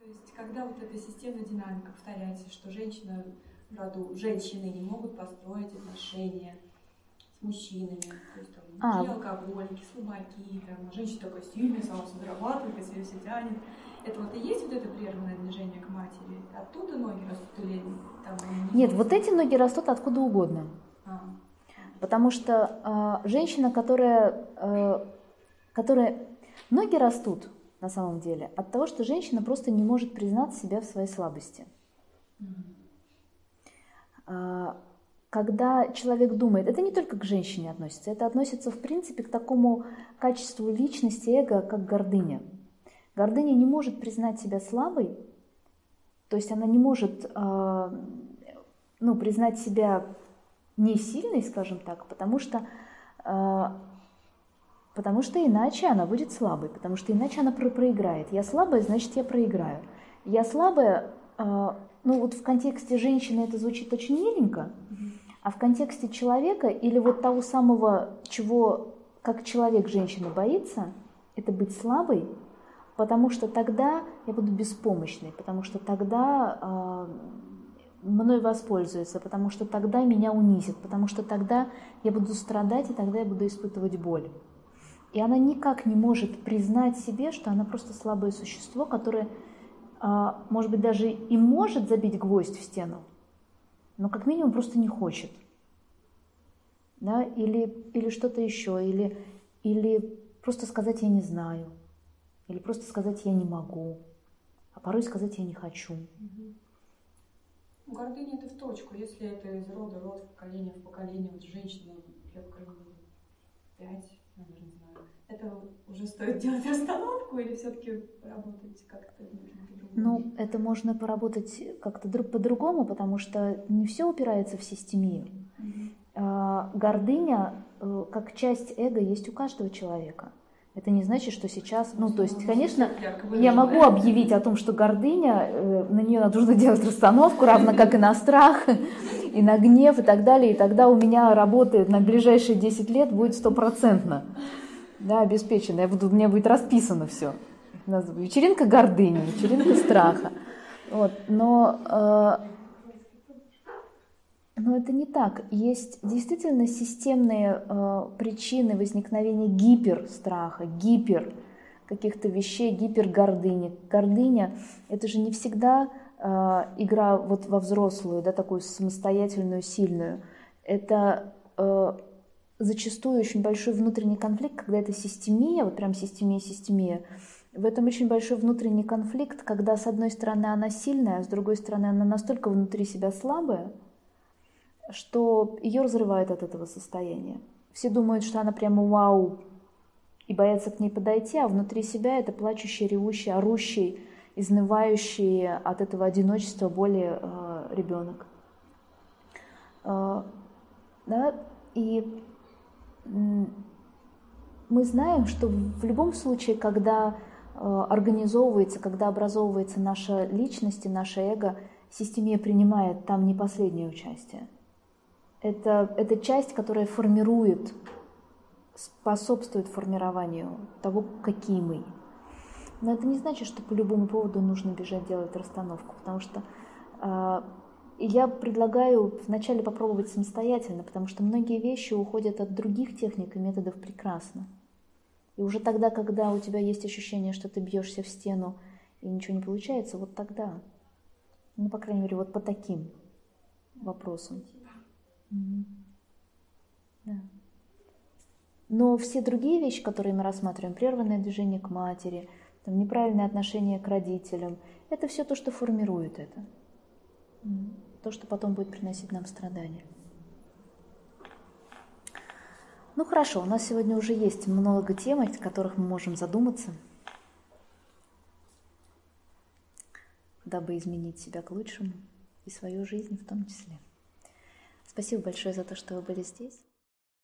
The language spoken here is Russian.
То есть, когда вот эта системная динамика повторяется, что женщины не могут построить отношения с мужчинами, то есть там мужчины алкоголики, слабаки, там, а женщина такая сильная, сама все зарабатывает, если все тянет. Это вот и есть вот это прерванное движение к матери? Оттуда ноги растут или там? Нет, вот эти ноги растут откуда угодно. Потому что женщина, которая ноги растут на самом деле от того, что женщина просто не может признать себя в своей слабости. Когда человек думает, это не только к женщине относится, это относится в принципе к такому качеству личности эго, как гордыня. Гордыня не может признать себя слабой, то есть она не может признать себя не сильной, скажем так, потому что иначе она будет слабой, потому что иначе она проиграет. Я слабая, значит, я проиграю. Я слабая, вот в контексте женщины это звучит очень миленько, а в контексте человека или вот того самого, чего как человек женщина боится, это быть слабой, потому что тогда я буду беспомощной, потому что тогда мной воспользуются, потому что тогда меня унизят, потому что тогда я буду страдать, и тогда я буду испытывать боль. И она никак не может признать себе, что она просто слабое существо, которое, может быть, даже и может забить гвоздь в стену, но как минимум просто не хочет. Да? Или что-то еще, или просто сказать «я не знаю», или просто сказать «я не могу», а порой сказать «я не хочу». Гордыня это в точку, если это из рода в род, поколение в поколение, вот женщина, я в крайней мере 5, наверное, знаю. Это уже стоит делать расстановку или все-таки поработать как-то по-другому? Это можно поработать как-то по-другому, потому что не все упирается в системию. Гордыня, как часть эго, есть у каждого человека. Это не значит, что сейчас... то есть, конечно, я могу объявить о том, что гордыня, на нее нужно делать расстановку, равно как и на страх, и на гнев, и так далее. И тогда у меня работает на ближайшие 10 лет будет 100%. Да, обеспечено. У меня будет расписано все. Вечеринка гордыни, вечеринка страха. Но это не так. Есть действительно системные причины возникновения гиперстраха, каких-то вещей, гипергордыни. Гордыня – это же не всегда игра вот во взрослую, да, такую самостоятельную, сильную. Это зачастую очень большой внутренний конфликт, когда это системия, вот прям системия. В этом очень большой внутренний конфликт, когда с одной стороны она сильная, а с другой стороны она настолько внутри себя слабая, что ее разрывает от этого состояния. Все думают, что она прямо вау, и боятся к ней подойти, а внутри себя это плачущий, ревущий, орущий, изнывающий от этого одиночества, боли ребенок. Да? И мы знаем, что в любом случае, когда организовывается, когда образовывается наша личность и наше эго, системия принимает там не последнее участие. Это часть, которая формирует, способствует формированию того, какие мы. Но это не значит, что по любому поводу нужно бежать делать расстановку, потому что я предлагаю вначале попробовать самостоятельно, потому что многие вещи уходят от других техник и методов прекрасно. И уже тогда, когда у тебя есть ощущение, что ты бьешься в стену и ничего не получается, вот тогда, по крайней мере, вот по таким вопросам. Да. Но все другие вещи, которые мы рассматриваем, прерванное движение к матери, неправильное отношение к родителям, это все то, что формирует это. То, что потом будет приносить нам страдания. Хорошо, у нас сегодня уже есть много тем, о которых мы можем задуматься, дабы изменить себя к лучшему и свою жизнь в том числе. Спасибо большое за то, что вы были здесь.